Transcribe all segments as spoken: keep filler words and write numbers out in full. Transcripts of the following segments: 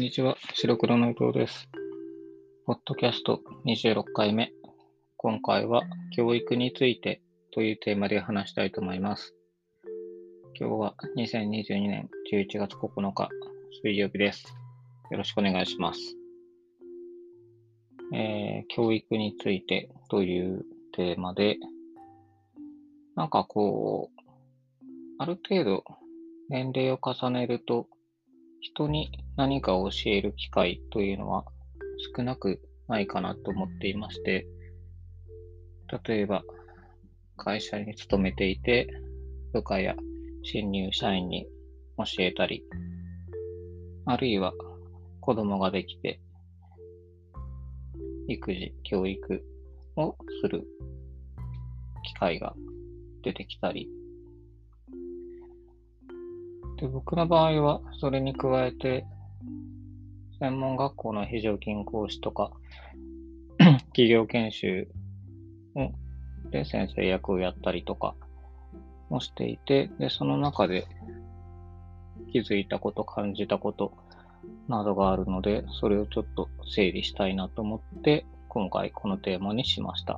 にちは、白黒の伊藤です。ポッドキャストにじゅうろっかいめ。今回は教育についてというテーマで話したいと思います。今日はにせんにじゅうにねんじゅういちがつここのか水曜日です。よろしくお願いします。えー、教育についてというテーマで、なんかこう、ある程度年齢を重ねると人に何かを教える機会というのは少なくないかなと思っていまして、例えば会社に勤めていて部下や新入社員に教えたり、あるいは子供ができて育児、教育をする機会が出てきたり、で僕の場合はそれに加えて専門学校の非常勤講師とか企業研修で先生役をやったりとかもしていて、でその中で気づいたこと、感じたことなどがあるので、それをちょっと整理したいなと思って、今回このテーマにしました。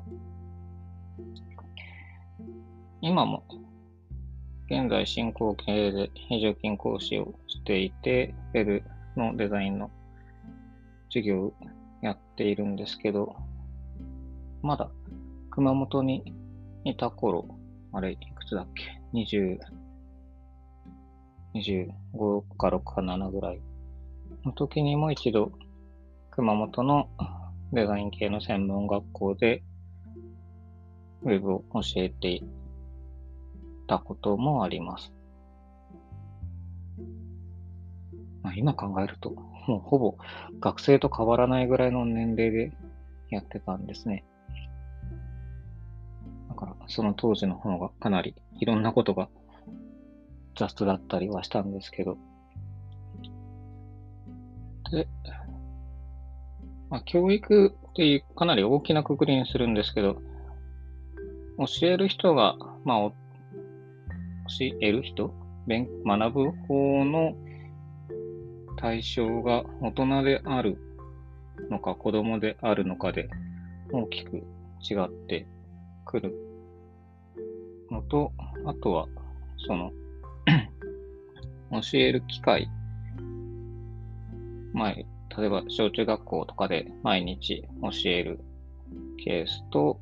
今も現在進行形で非常勤講師をしていて、ウェブのデザインの授業をやっているんですけど、まだ熊本にいた頃、あれいくつだっけ ?にじゅう、にじゅうごかろくかななぐらいの時にも一度熊本のデザイン系の専門学校でウェブを教えていたこともあります。まあ、今考えると、もうほぼ学生と変わらないぐらいの年齢でやってたんですね。だからその当時の方がかなりいろんなことが雑だったりはしたんですけど、で、まあ、教育っていうかなり大きな括りにするんですけど、教える人が、まあ、教える人、勉学ぶ方の対象が大人であるのか子供であるのかで大きく違ってくるのと、あとはその教える機会、前例えば小中学校とかで毎日教えるケースと、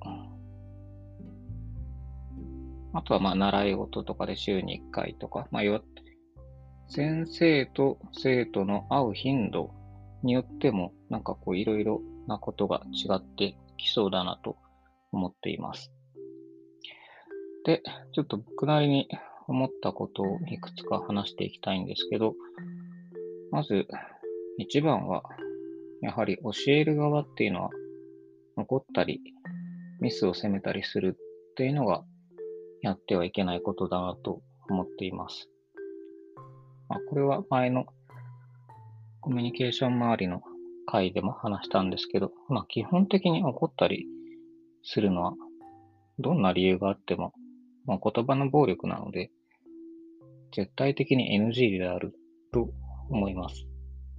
あとはまあ習い事とかで週にいっかいとか、まあ、要は先生と生徒の会う頻度によってもなんかこういろいろなことが違ってきそうだなと思っています。で、ちょっと僕なりに思ったことをいくつか話していきたいんですけど、まず一番はやはり教える側っていうのは怒ったりミスを責めたりするっていうのがやってはいけないことだなと思っています。まあ、これは前のコミュニケーション周りの回でも話したんですけど、まあ、基本的に怒ったりするのはどんな理由があっても、まあ、言葉の暴力なので絶対的に エヌジー であると思います。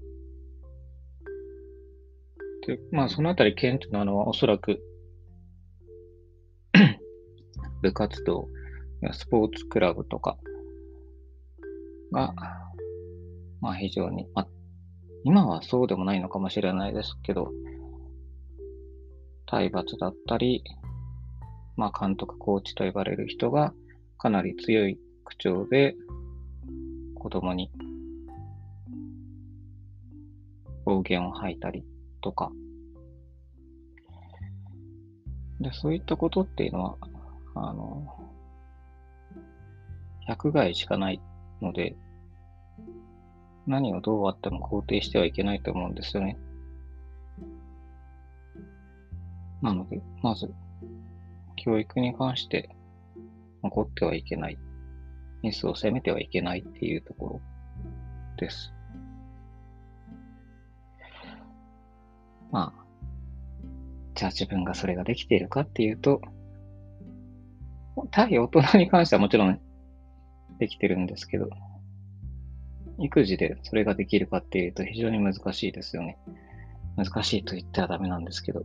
で、まあそのあたり顕著なのはおそらく部活動やスポーツクラブとかが、まあ非常に、まあ、今はそうでもないのかもしれないですけど、体罰だったり、まあ監督、コーチと呼ばれる人がかなり強い口調で子供に暴言を吐いたりとか、で、そういったことっていうのは、あの、百害しかないので、何をどうあっても肯定してはいけないと思うんですよね。なので、まず、教育に関して怒ってはいけない。ミスを責めてはいけないっていうところです。まあ、じゃあ自分がそれができているかっていうと、対大人に関してはもちろんできてるんですけど、 育児でそれができるかっていうと非常に難しいですよね。難しいと言ってはダメなんですけど。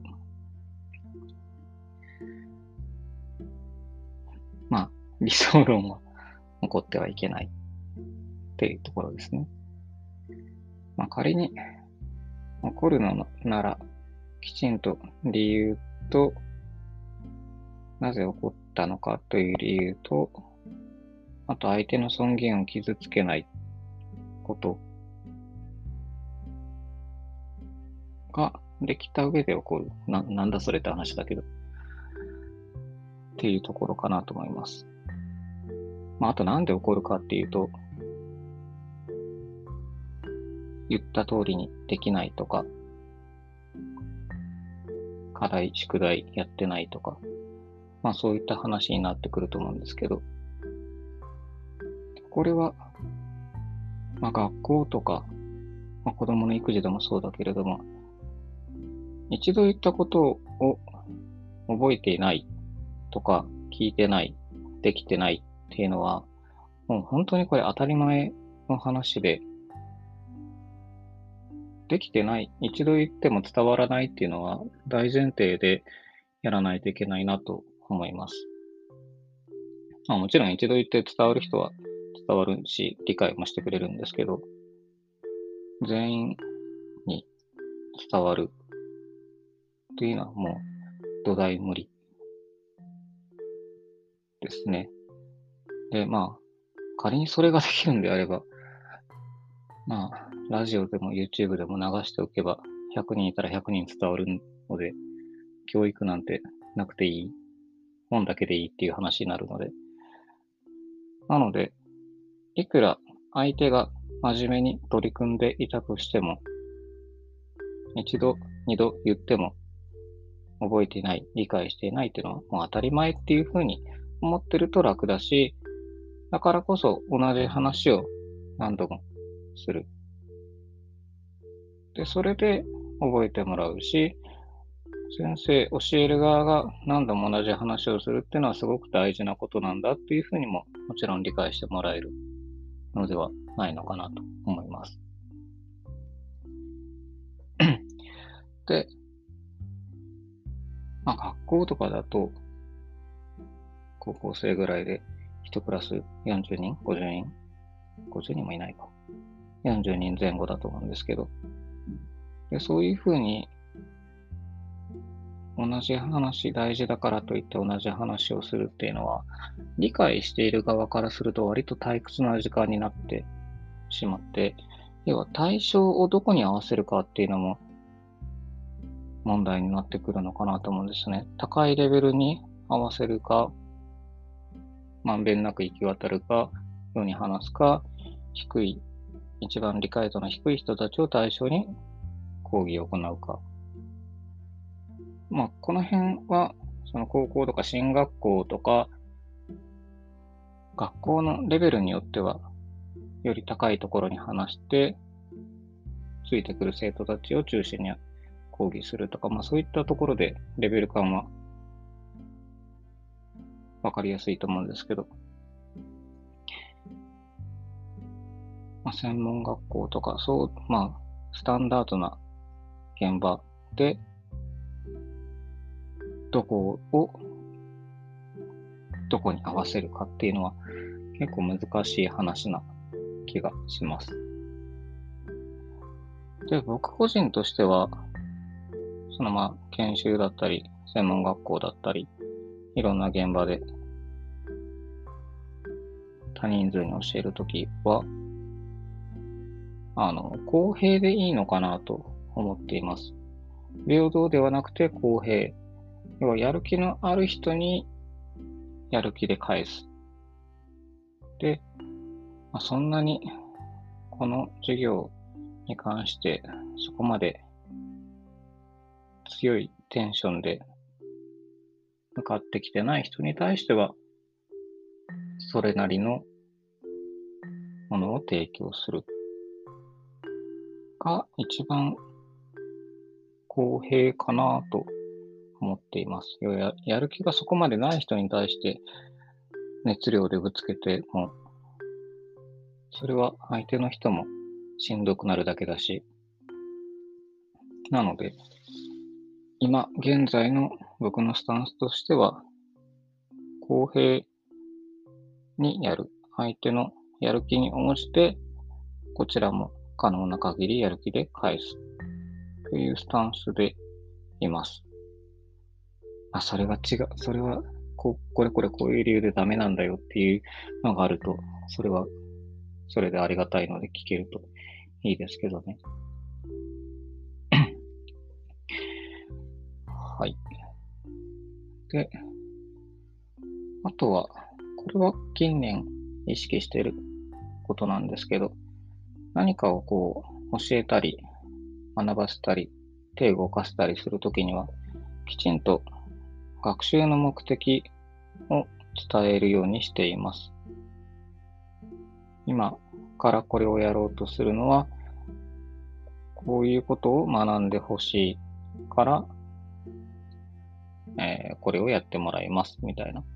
まあ、理想論は起こってはいけないっていうところですね。まあ、仮に起こるのなら、きちんと理由と、なぜ起こったのかという理由と、あと相手の尊厳を傷つけないことができた上で起こる。な、なんだそれって話だけど。っていうところかなと思います。まあ、あとなんで起こるかっていうと、言った通りにできないとか、課題、宿題やってないとか、まあそういった話になってくると思うんですけど、これは、まあ学校とか、まあ、子供の育児でもそうだけれども、一度言ったことを覚えていないとか、聞いてない、できてないっていうのは、もう本当にこれ当たり前の話で、できてない、一度言っても伝わらないっていうのは大前提でやらないといけないなと思います。まあ、もちろん一度言って伝わる人は伝わるし、理解もしてくれるんですけど、全員に伝わるっていうのはもう土台無理ですね。で、まあ、仮にそれができるんであれば、まあ、ラジオでも YouTube でも流しておけば、ひゃくにんいたらひゃくにん伝わるので、教育なんてなくていい、本だけでいいっていう話になるので、なので、いくら相手が真面目に取り組んでいたとしても、一度、二度言っても覚えていない、理解していないっていうのはもう当たり前っていうふうに思ってると楽だし、だからこそ同じ話を何度もする。で、それで覚えてもらうし、先生、教える側が何度も同じ話をするっていうのはすごく大事なことなんだっていうふうにももちろん理解してもらえるのではないのかなと思います。で、まあ学校とかだと高校生ぐらいでいちクラスよんじゅうにん ?ごじゅう 人 ?ごじゅう 人もいないか。よんじゅうにんぜん後だと思うんですけど、でそういうふうに同じ話、大事だからといって同じ話をするっていうのは、理解している側からすると割と退屈な時間になってしまって、要は対象をどこに合わせるかっていうのも問題になってくるのかなと思うんですね。高いレベルに合わせるか、まんべんなく行き渡るか、ように話すか、低い、一番理解度の低い人たちを対象に講義を行うか。まあ、この辺は、その高校とか進学校とか、学校のレベルによっては、より高いところに話して、ついてくる生徒たちを中心に講義するとか、まあそういったところでレベル感はわかりやすいと思うんですけど、まあ、専門学校とか、そう、まあ、スタンダードな現場で、どこを、どこに合わせるかっていうのは、結構難しい話な気がします。で、僕個人としては、そのまあ、研修だったり、専門学校だったり、いろんな現場で多人数に教えるときは、あの、公平でいいのかなと思っています。平等ではなくて公平。要はやる気のある人にやる気で返す。で、まあ、そんなにこの授業に関してそこまで強いテンションで向かってきてない人に対しては、それなりのものを提供するが一番公平かなと思っています。ややる気がそこまでない人に対して熱量でぶつけてもそれは相手の人もしんどくなるだけだし、なので、今現在の僕のスタンスとしては、公平にやる。相手のやる気に応じて、こちらも可能な限りやる気で返すというスタンスでいます。あ、それが違う、それはここれこれこういう理由でダメなんだよっていうのがあると、それはそれでありがたいので聞けるといいですけどね。はい。で、あとは、これは近年意識していることなんですけど、何かをこう教えたり、学ばせたり、手を動かせたりするときには、きちんと学習の目的を伝えるようにしています。今からこれをやろうとするのは、こういうことを学んでほしいから、えーこれをやってもらいますみたいな。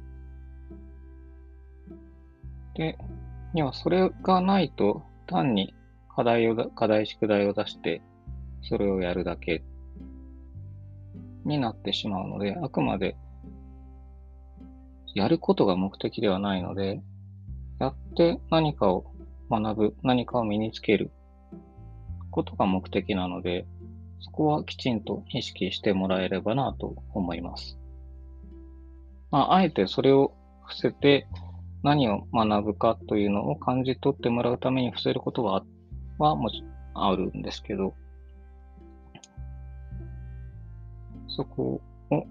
で、要はそれがないと単に課題をだ、課題宿題を出してそれをやるだけになってしまうので、あくまでやることが目的ではないので、やって何かを学ぶ、何かを身につけることが目的なので、そこはきちんと意識してもらえればなと思います。まあ、あえてそれを伏せて何を学ぶかというのを感じ取ってもらうために伏せることは、はもちあるんですけど、そこを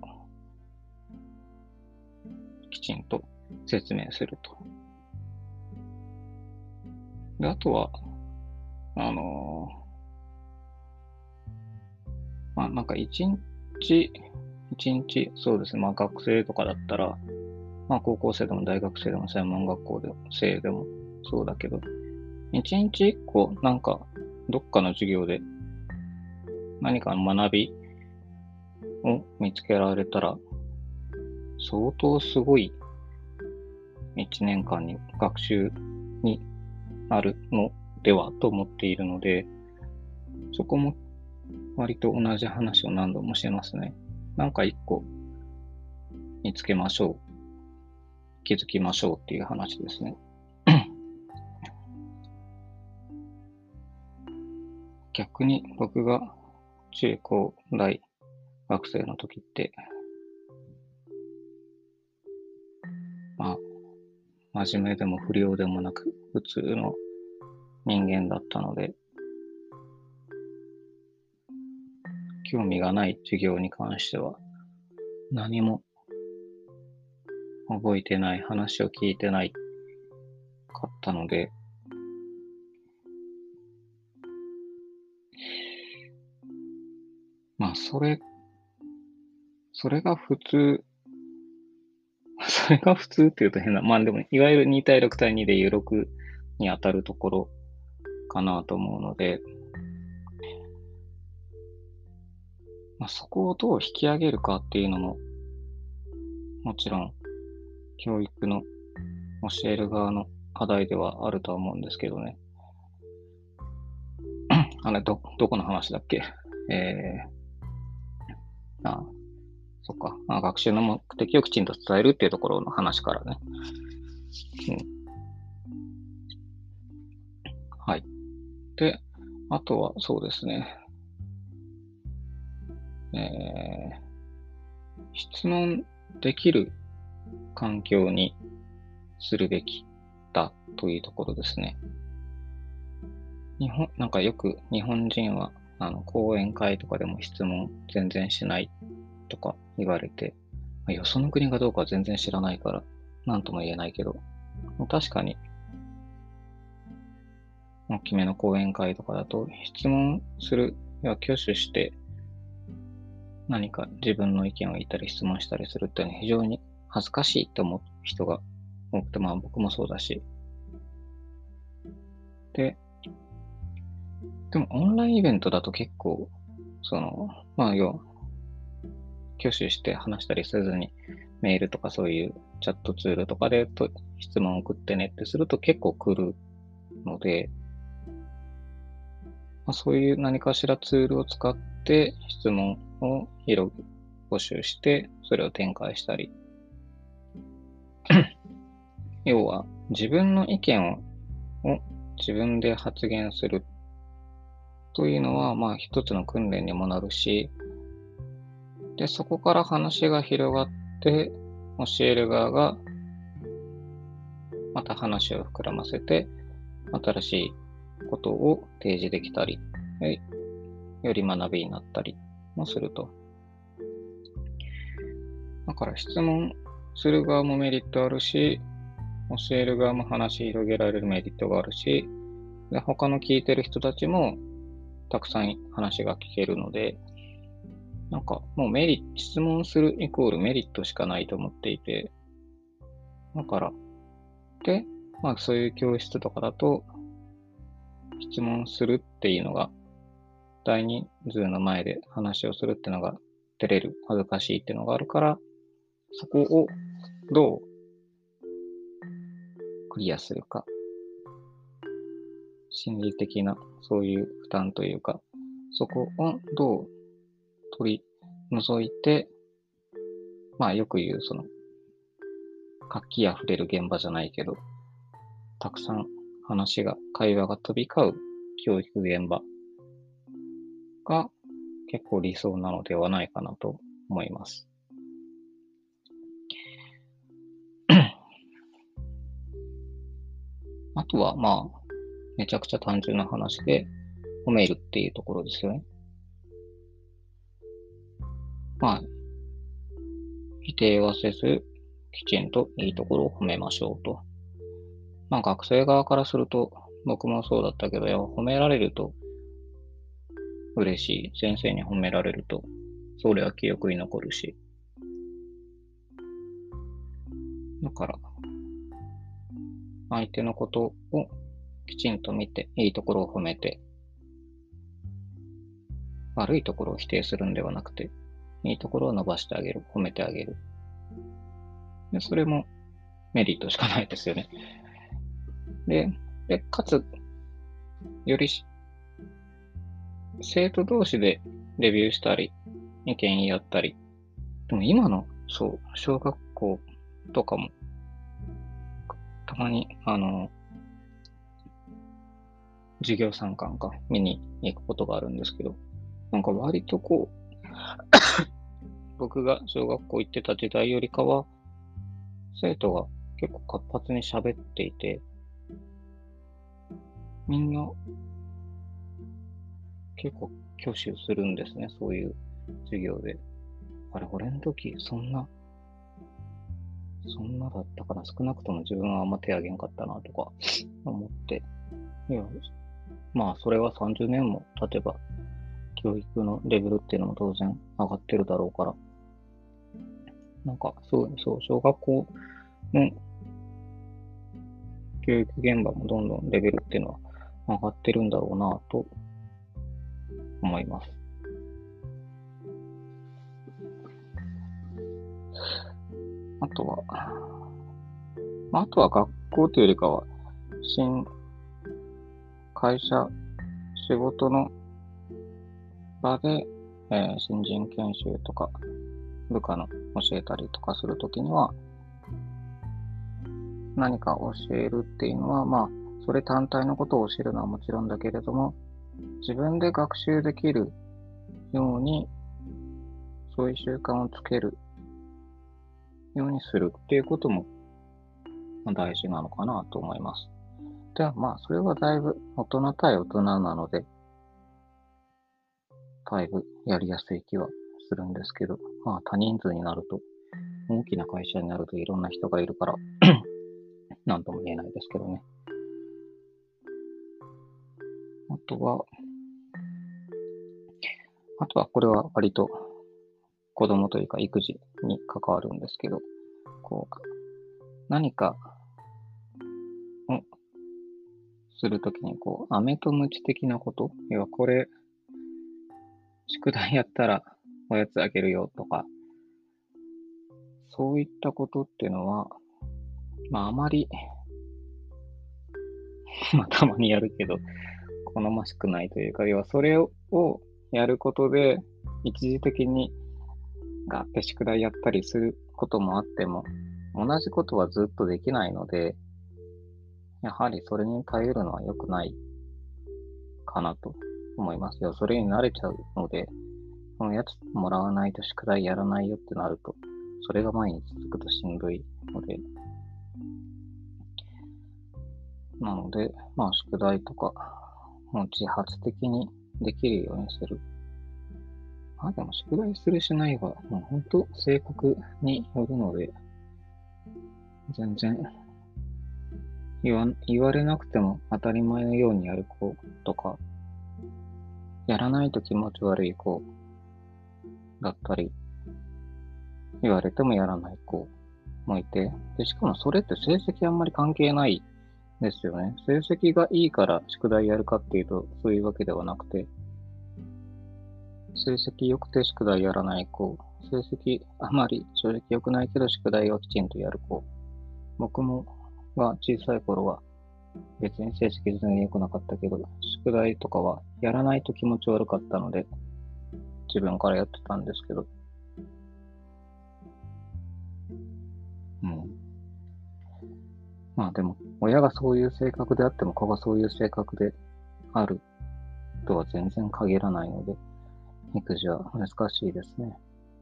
きちんと説明すると。で、あとは、あのーまあ、なんか一日、一日、そうですね、まあ学生とかだったら、まあ高校生でも大学生でも専門学校でも生でもそうだけど、一日一個なんかどっかの授業で何かの学びを見つけられたら、相当すごい一年間に学習になるのではと思っているので、そこも割と同じ話を何度もしてますね。なんか一個見つけましょう。気づきましょうっていう話ですね。逆に僕が中高大学生の時って、まあ、真面目でも不良でもなく、普通の人間だったので、興味がない授業に関しては、何も覚えてない、話を聞いてないかったので、まあ、それ、それが普通、それが普通って言うと変な、まあでも、いわゆるに対ろく対にでいうろくに当たるところかなと思うので、まあ、そこをどう引き上げるかっていうのも、もちろん、教育の教える側の課題ではあるとは思うんですけどね。あれ、ど、どこの話だっけ？えー、あ、そっか。あ、学習の目的をきちんと伝えるっていうところの話からね。うん。はい。で、あとはそうですね。えー、質問できる環境にするべきだというところですね。日本、なんかよく日本人は、あの、講演会とかでも質問全然しないとか言われて、まあ、よその国がどうかは全然知らないから、なんとも言えないけど、確かに、大きめの講演会とかだと、質問する、要は挙手して、何か自分の意見を言ったり質問したりするっていうのは非常に恥ずかしいと思う人が多くて、まあ僕もそうだし。で、でもオンラインイベントだと結構、その、まあ要は、挙手して話したりせずに、メールとかそういうチャットツールとかでと質問を送ってねってすると結構来るので、まあ、そういう何かしらツールを使って質問を広く募集して、それを展開したり。要は、自分の意見をを自分で発言するというのは、まあ一つの訓練にもなるし、で、そこから話が広がって、教える側がまた話を膨らませて、新しいことを提示できたり、より学びになったりもすると。だから質問する側もメリットあるし、教える側も話広げられるメリットがあるし、で他の聞いてる人たちもたくさん話が聞けるので、なんかもうメリット、質問するイコールメリットしかないと思っていて、だから、で、まあそういう教室とかだと、質問するっていうのが、大人数の前で話をするっていうのが照れる、恥ずかしいっていうのがあるから、そこをどうクリアするか、心理的なそういう負担というか、そこをどう取り除いて、まあよく言うその活気あふれる現場じゃないけど、たくさん話が、会話が飛び交う教育現場が結構理想なのではないかなと思います。あとはまあ、めちゃくちゃ単純な話で褒めるっていうところですよね。まあ、否定はせず、きちんといいところを褒めましょうと。まあ学生側からすると、僕もそうだったけど、や褒められると嬉しい。先生に褒められると、それは記憶に残るし。だから、相手のことをきちんと見て、いいところを褒めて、悪いところを否定するんではなくて、いいところを伸ばしてあげる、褒めてあげる。でそれもメリットしかないですよね。で、でかつ、より生徒同士でレビューしたり、意見言い合ったり。でも今の、そう、小学校とかも、たまに、あの、授業参観か見に行くことがあるんですけど、なんか割とこう、僕が小学校行ってた時代よりかは、生徒が結構活発に喋っていて、みんな結構挙手するんですね、そういう授業で。あれ、俺の時、そんな、そんなだったかな。少なくとも自分はあんま手挙げんかったなとか思って。いや、まあ、それはさんじゅうねんも経てば、教育のレベルっていうのも当然上がってるだろうから。なんか、そう、そう、小学校の教育現場もどんどんレベルっていうのは上がってるんだろうなと思います。あとは、まあ、あとは学校というよりかは、新会社、仕事の場で、えー新人研修とか、部下の教えたりとかするときには、何か教えるっていうのは、まあ、それ単体のことを教えるのはもちろんだけれども、自分で学習できるように、そういう習慣をつけるようにするっていうことも大事なのかなと思います。では、まあ、それはだいぶ大人対大人なので、だいぶやりやすい気はするんですけど、まあ、多人数になると、大きな会社になるといろんな人がいるから、なんとも言えないですけどね。あとは、あとはこれは割と子供というか育児に関わるんですけど、こう、何かをするときに、こう、飴と鞭的なこと、要はこれ、宿題やったらおやつあげるよとか、そういったことっていうのは、まああまりまあたまにやるけど、好ましくないというか、要はそれをやることで、一時的にガーって宿題やったりすることもあっても、同じことはずっとできないので、やはりそれに頼るのは良くないかなと思いますよ。それに慣れちゃうので、そのやつもらわないと宿題やらないよってなると、それが毎日続くとしんどいので、なので、まあ宿題とか、もう自発的にできるようにする。まあでも宿題するしないは、もう本当性格によるので、全然言わ言われなくても当たり前のようにやる子とか、やらないと気持ち悪い子だったり、言われてもやらない子もいて、でしかもそれって成績あんまり関係ないですよね。成績がいいから宿題やるかっていうと、そういうわけではなくて、成績良くて宿題やらない子、成績あまり正直良くないけど宿題をきちんとやる子。僕もが小さい頃は別に成績全然良くなかったけど、宿題とかはやらないと気持ち悪かったので、自分からやってたんですけど、うん。まあでも、親がそういう性格であっても子がそういう性格であるとは全然限らないので、育児は難しいですね。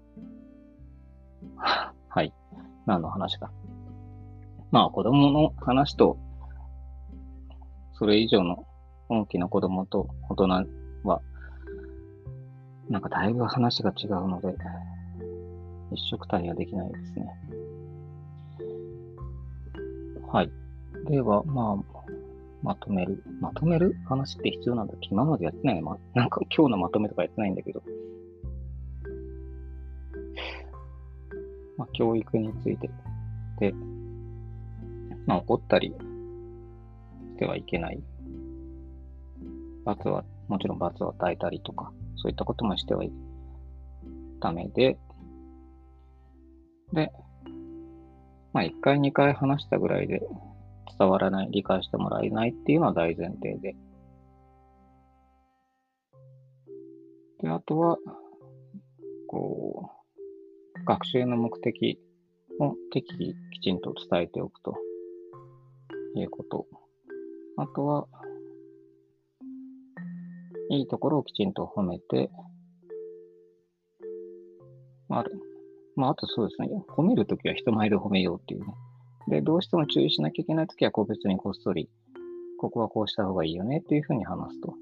はい。何の話だ。まあ子供の話と、それ以上の大きな子供と大人は、なんかだいぶ話が違うので、一緒くたにはできないですね。はい。では、まあ、まとめる。まとめる話って必要なんだっけ？今までやってないの、ま、なんか今日のまとめとかやってないんだけど。まあ、教育について。で、まあ、怒ったりしてはいけない。罰は、もちろん罰を与えたりとか、そういったこともしてはいダメで、で、まあ、いっかい、にかい話したぐらいで伝わらない、理解してもらえないっていうのは大前提で。で、あとは、こう、学習の目的を適宜きちんと伝えておくということ。あとは、いいところをきちんと褒めて、ある。まあ、あとそうですね。褒めるときは人前で褒めようっていうね。で、どうしても注意しなきゃいけないときは、個別にこっそり、ここはこうした方がいいよねっていうふうに話すと。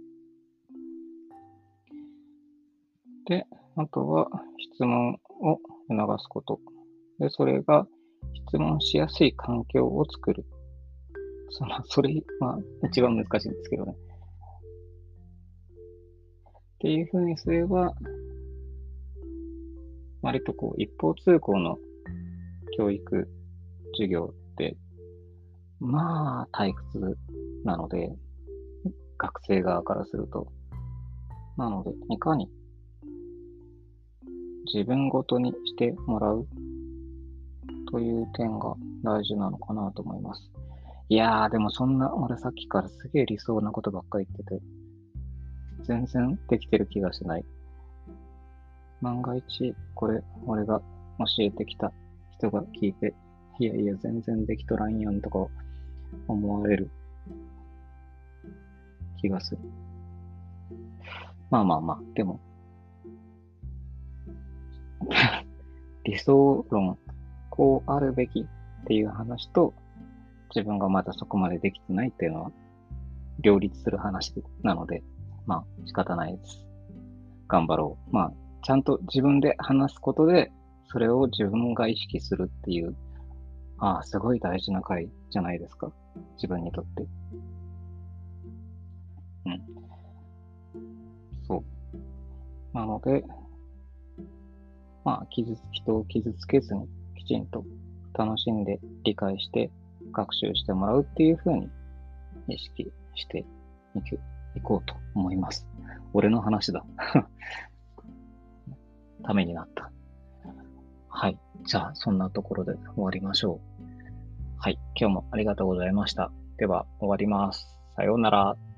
で、あとは質問を促すこと。で、それが質問しやすい環境を作る。その、それ、まあ、一番難しいんですけどね。っていうふうにすれば、割とこう、一方通行の教育、授業って、まあ、退屈なので、学生側からすると。なので、いかに自分ごとにしてもらうという点が大事なのかなと思います。いやー、でもそんな、俺さっきからすげえ理想なことばっかり言ってて、全然できてる気がしない。万が一、これ、俺が教えてきた人が聞いて、いやいや、全然できとらんやんとか思われる気がする。まあまあまあ、でも、理想論、こうあるべきっていう話と、自分がまだそこまでできてないっていうのは、両立する話なので、まあ仕方ないです。頑張ろう。まあ、ちゃんと自分で話すことで、それを自分が意識するっていう、ああ、すごい大事な回じゃないですか。自分にとって。うん。そう。なので、まあ、傷つ人を傷つけずに、きちんと楽しんで理解して学習してもらうっていう風に意識していく、いこうと思います。俺の話だ。ためになった。はい。じゃあ、そんなところで終わりましょう。はい。今日もありがとうございました。では、終わります。 さようなら。